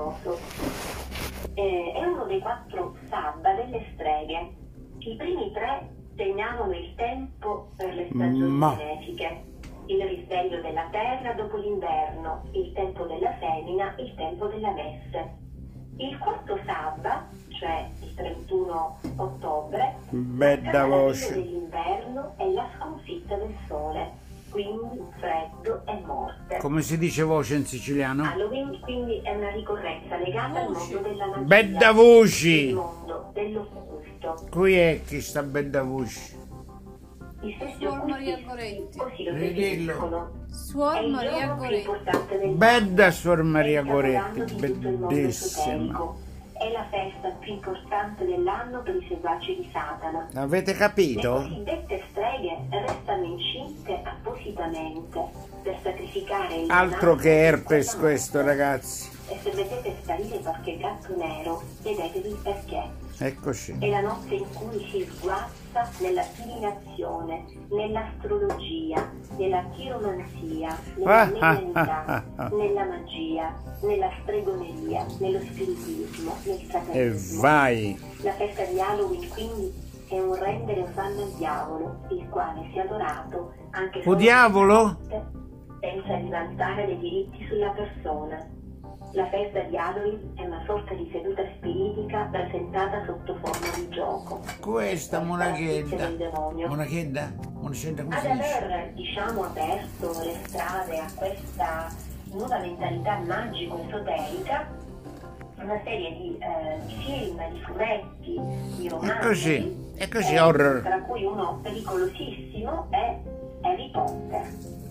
tenebroso. È uno dei 4 sabba delle streghe. I primi 3 segnavano il tempo per le stagioni benefiche, il risveglio della terra dopo l'inverno, il tempo della semina, il tempo della messe. Il 4° sabba, cioè il 31 ottobre, bella voce, dell'inverno è la sconfitta del sole, quindi freddo e morte. Come si dice voce in siciliano? Halloween quindi è una ricorrenza legata al mondo della magia, bella voce, il mondo dell'occulto. Qui è chi sta bella voce. I sesti Suor Maria occulti, Goretti. così lo Vederlo. definiscono. Suor È il Maria giorno più Goretti. importante dell'anno. Bella Suor Maria È il capodanno Goretti, di tutto il mondo bellissima. esoterico. È la festa più importante dell'anno per i seguaci di Satana. Avete Le capito? cosiddette streghe restano incinte appositamente per sacrificare il Altro che herpes alla questo, morte. ragazzi. E se vedete sparire qualche gatto nero, chiedetevi il perché. Eccoci. È la notte in cui si sguazza nella divinazione, nell'astrologia, nella chiromanzia, nella medianità, nella magia, nella stregoneria, nello spiritismo, nel E satanismo. vai. La festa di Halloween quindi è un rendere osanna al diavolo, il quale sia adorato anche O diavolo? notte, senza rivalutare dei diritti sulla persona. La festa di Halloween è una sorta di seduta spiritica presentata sotto forma di gioco. Questa monachetta. Del demonio. Monachetta? Monachetta come Ad si dice? aver, diciamo, aperto le strade a questa nuova mentalità magico-esoterica, una serie di film, di fumetti, di romanzi, È così horror. tra cui uno pericolosissimo è Harry Potter.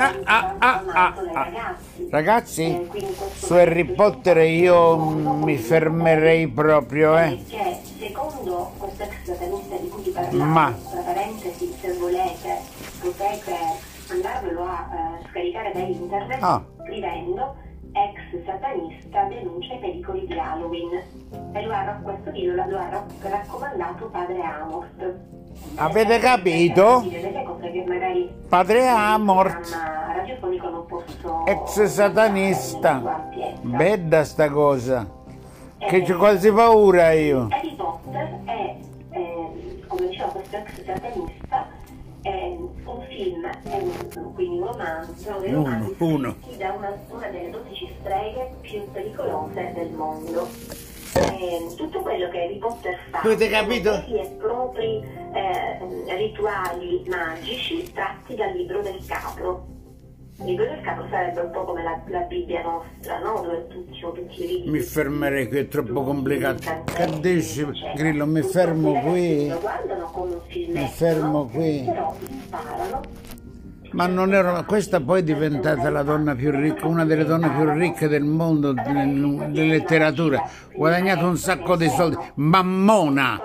Ragazzi, quindi su Harry Potter io mi fermerei proprio, Perché secondo questo ex satanista di cui ti parlavo, tra parentesi, se volete, potete andarvelo a scaricare da internet scrivendo ex satanista denuncia i pericoli di Halloween. E questo video lo ha raccomandato padre Amos. Avete capito? Delle cose che magari Padre Amort, radiofonico non posso ex satanista. Bella sta cosa. Che c'ho quasi paura io. Harry Potter è, come diceva questo ex satanista, è un film, quindi un romanzo, Uno. da una delle 12 streghe più pericolose del mondo. Tutto quello che Harry Potter fa Avete capito? sono veri e propri rituali magici tratti dal libro del capro. Il libro del capro sarebbe un po' come la Bibbia nostra, no? Dove tutti i riti. Mi fermerei qui, è troppo complicato. Che dici, Grillo? Mi fermo qui. Lo guardano come un filmetto, Mi fermo no? qui. Però gli sparano. Ma non ero. Questa poi è diventata la donna più ricca, una delle donne più ricche del mondo di letteratura. Ha guadagnato un sacco di soldi. Mammona!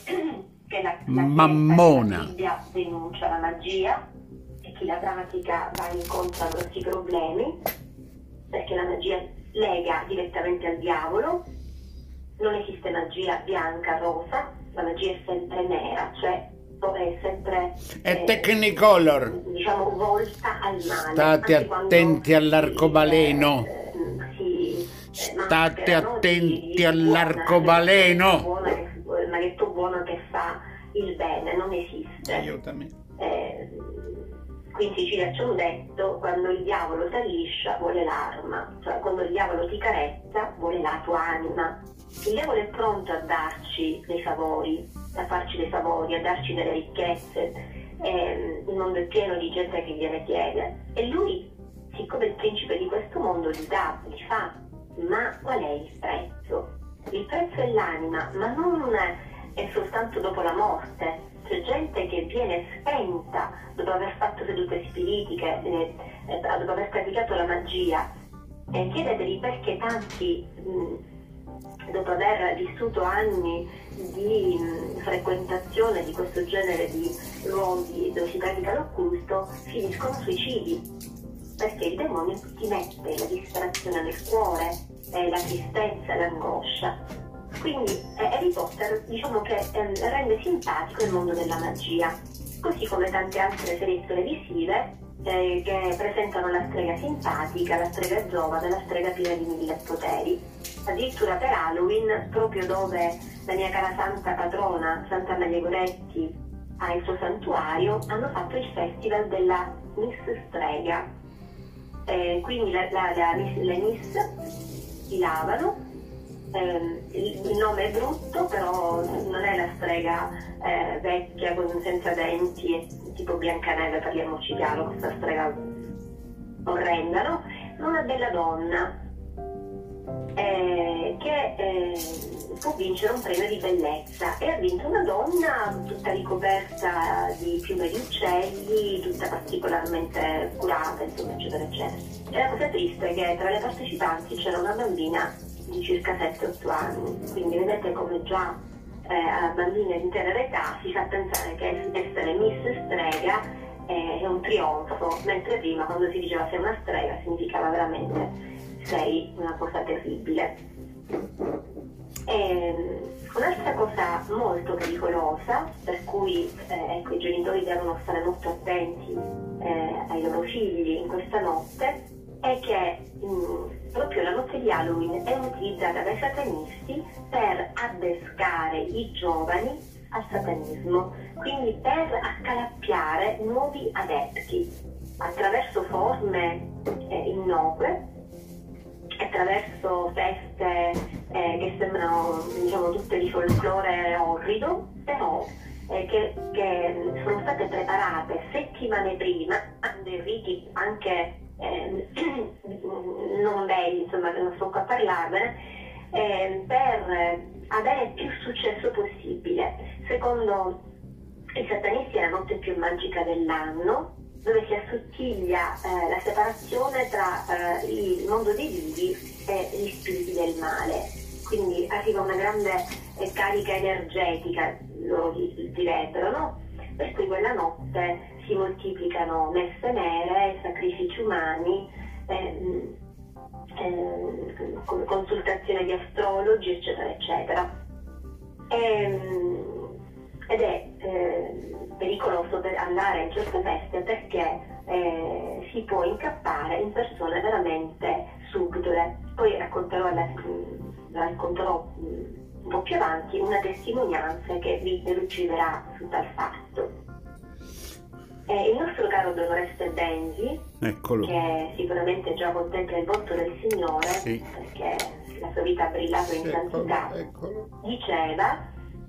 Mammona! La Bibbia denuncia la magia e chi la pratica va incontro a questi problemi, perché la magia lega direttamente al diavolo. Non esiste magia bianca, rosa, la magia è sempre nera, cioè è sempre Technicolor. diciamo volta al male. State Anche quando attenti all'arcobaleno. State mascherano attenti all'arcobaleno. Il maghetto buono che fa il bene non esiste. Aiutami. Qui in Sicilia c'è un detto: quando il diavolo ti alliscia vuole l'arma, cioè quando il diavolo ti carezza vuole la tua anima. Il diavolo è pronto a darci dei favori, a farci dei favori, a darci delle ricchezze. Il mondo è pieno di gente che gliene chiede e lui, siccome il principe di questo mondo, li dà, li fa. Ma qual è il prezzo? Il prezzo è l'anima, ma non è soltanto dopo la morte. C'è gente che viene spenta dopo aver fatto sedute spiritiche, dopo aver praticato la magia. Chiedetevi perché tanti, dopo aver vissuto anni di frequentazione di questo genere di luoghi dove si pratica l'occulto, finiscono suicidi. Perché il demonio ti mette la disperazione nel cuore, la tristezza, l'angoscia. Quindi Harry Potter diciamo che rende simpatico il mondo della magia, così come tante altre serie televisive che presentano la strega simpatica, la strega giovane, la strega piena di 1000 poteri. addirittura per Halloween, proprio dove la mia cara santa patrona, Santa Maria Goretti, ha il suo santuario, hanno fatto il festival della Miss Strega. Quindi le Miss si lavano, il nome è brutto, però non è la strega vecchia senza denti, tipo Biancaneve, parliamoci chiaro, questa strega orrenda, no? Una bella donna che può vincere un premio di bellezza, e ha vinto una donna tutta ricoperta di piume di uccelli, tutta particolarmente curata, insomma, eccetera eccetera. E la cosa triste è che tra le partecipanti c'era una bambina di circa 7-8 anni, quindi vedete come già a bambine di tenera età si fa pensare che essere Miss Strega è un trionfo, mentre prima, quando si diceva sei una strega, significava veramente sei una cosa terribile. Un'altra cosa molto pericolosa, per cui ecco, i genitori devono stare molto attenti ai loro figli in questa notte, è che proprio la notte di Halloween è utilizzata dai satanisti per addescare i giovani al satanismo, quindi per accalappiare nuovi adepti attraverso forme innocue, attraverso feste che sembrano, diciamo, tutte di folklore orrido, però che sono state preparate settimane prima, dei riti anche non belli, insomma, che non sto qua a parlarvene, per avere più successo possibile. Secondo i satanisti è la notte più magica dell'anno, dove si assottiglia la separazione tra il mondo dei vivi e gli spiriti del male. Quindi arriva una grande carica energetica, loro direbbero, no? Per cui quella notte si moltiplicano messe nere, sacrifici umani, consultazione di astrologi, eccetera, eccetera. Ed è pericoloso per andare in certe feste perché si può incappare in persone veramente subdole. Poi racconterò un po' più avanti una testimonianza che vi deluciderà su tal fatto. Il nostro caro Don Oreste Benzi, eccolo, che sicuramente già contempla il volto del Signore, sì, perché la sua vita ha brillato in santità, diceva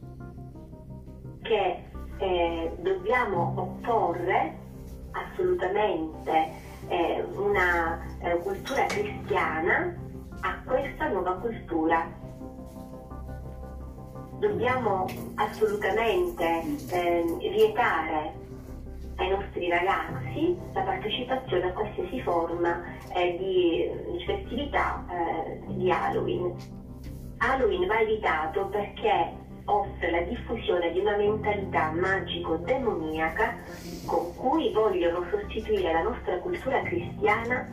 che dobbiamo opporre assolutamente una cultura cristiana a questa nuova cultura. Dobbiamo assolutamente vietare ai nostri ragazzi la partecipazione a qualsiasi forma di festività di Halloween. Halloween va evitato perché offre la diffusione di una mentalità magico-demoniaca con cui vogliono sostituire la nostra cultura cristiana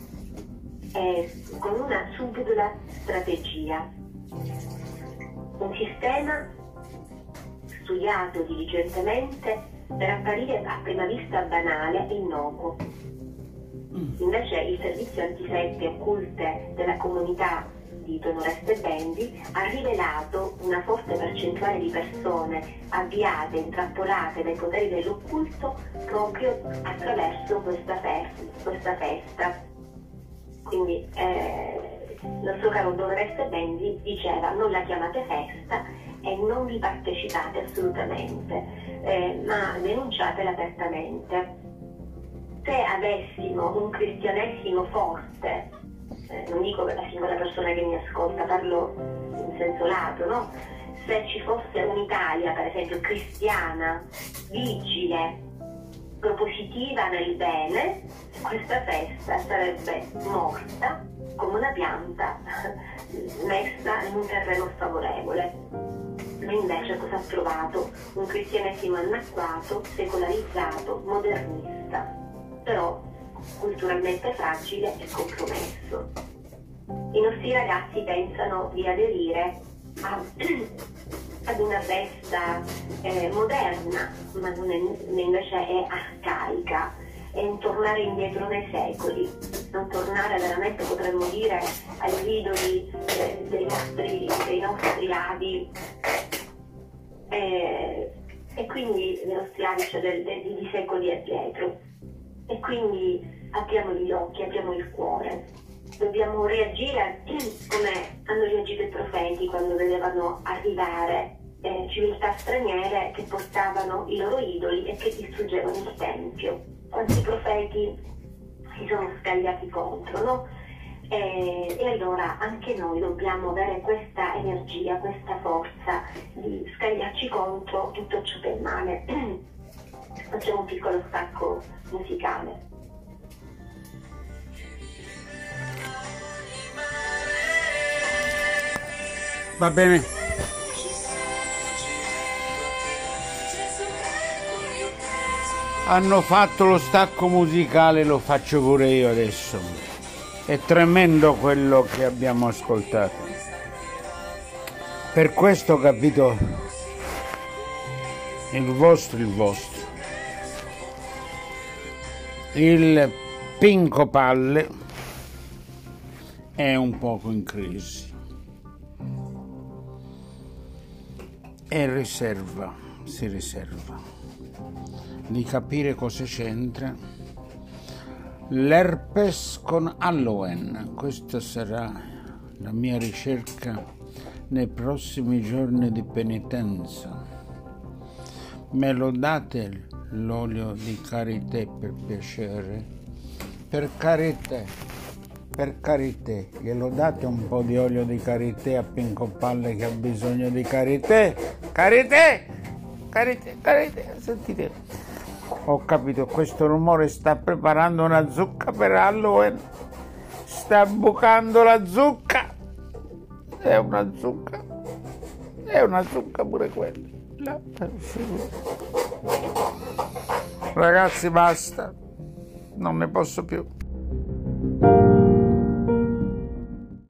con una subdola strategia. Un sistema studiato diligentemente per apparire a prima vista banale e innocuo. Invece il servizio antisette occulte della comunità di Don Oreste Benzi ha rivelato una forte percentuale di persone avviate, intrappolate dai poteri dell'occulto proprio attraverso questa festa. Quindi il nostro caro Don Oreste Benzi diceva: non la chiamate festa e non vi partecipate assolutamente, ma denunciatela apertamente. Se avessimo un cristianesimo forte, non dico per la singola persona che mi ascolta, parlo in senso lato, no? Se ci fosse un'Italia, per esempio, cristiana, vigile, propositiva nel bene, questa festa sarebbe morta come una pianta messa in un terreno sfavorevole. Ma invece cosa ha trovato? Un cristianesimo anacquato, secolarizzato, modernista, però culturalmente fragile e compromesso. I nostri ragazzi pensano di aderire ad una festa moderna, ma invece è arcaica, è un tornare indietro nei secoli, non tornare veramente, potremmo dire, agli idoli dei nostri avi, e quindi dei nostri avi, cioè di secoli addietro. E quindi apriamo gli occhi, apriamo il cuore. Dobbiamo reagire come hanno reagito i profeti quando vedevano arrivare civiltà straniere che portavano i loro idoli e che distruggevano il Tempio. Quanti profeti si sono scagliati contro, no? E allora anche noi dobbiamo avere questa energia, questa forza di scagliarci contro tutto ciò che è male. Facciamo un piccolo stacco musicale. Va bene. Hanno fatto lo stacco musicale, lo faccio pure io adesso. È tremendo quello che abbiamo ascoltato. Per questo, capito, il vostro, il Pinco Palle è un poco in crisi e si riserva di capire cosa c'entra l'herpes con Halloween. Questa sarà la mia ricerca nei prossimi giorni di penitenza. Me lo date l'olio di karité, per piacere? Per carità, glielo date un po' di olio di karité a Pinco Palle che ha bisogno di karité? Karité, sentite. Ho capito, questo rumore sta preparando una zucca per Halloween. Sta bucando la zucca. È una zucca pure quella. Ragazzi, basta. Non ne posso più.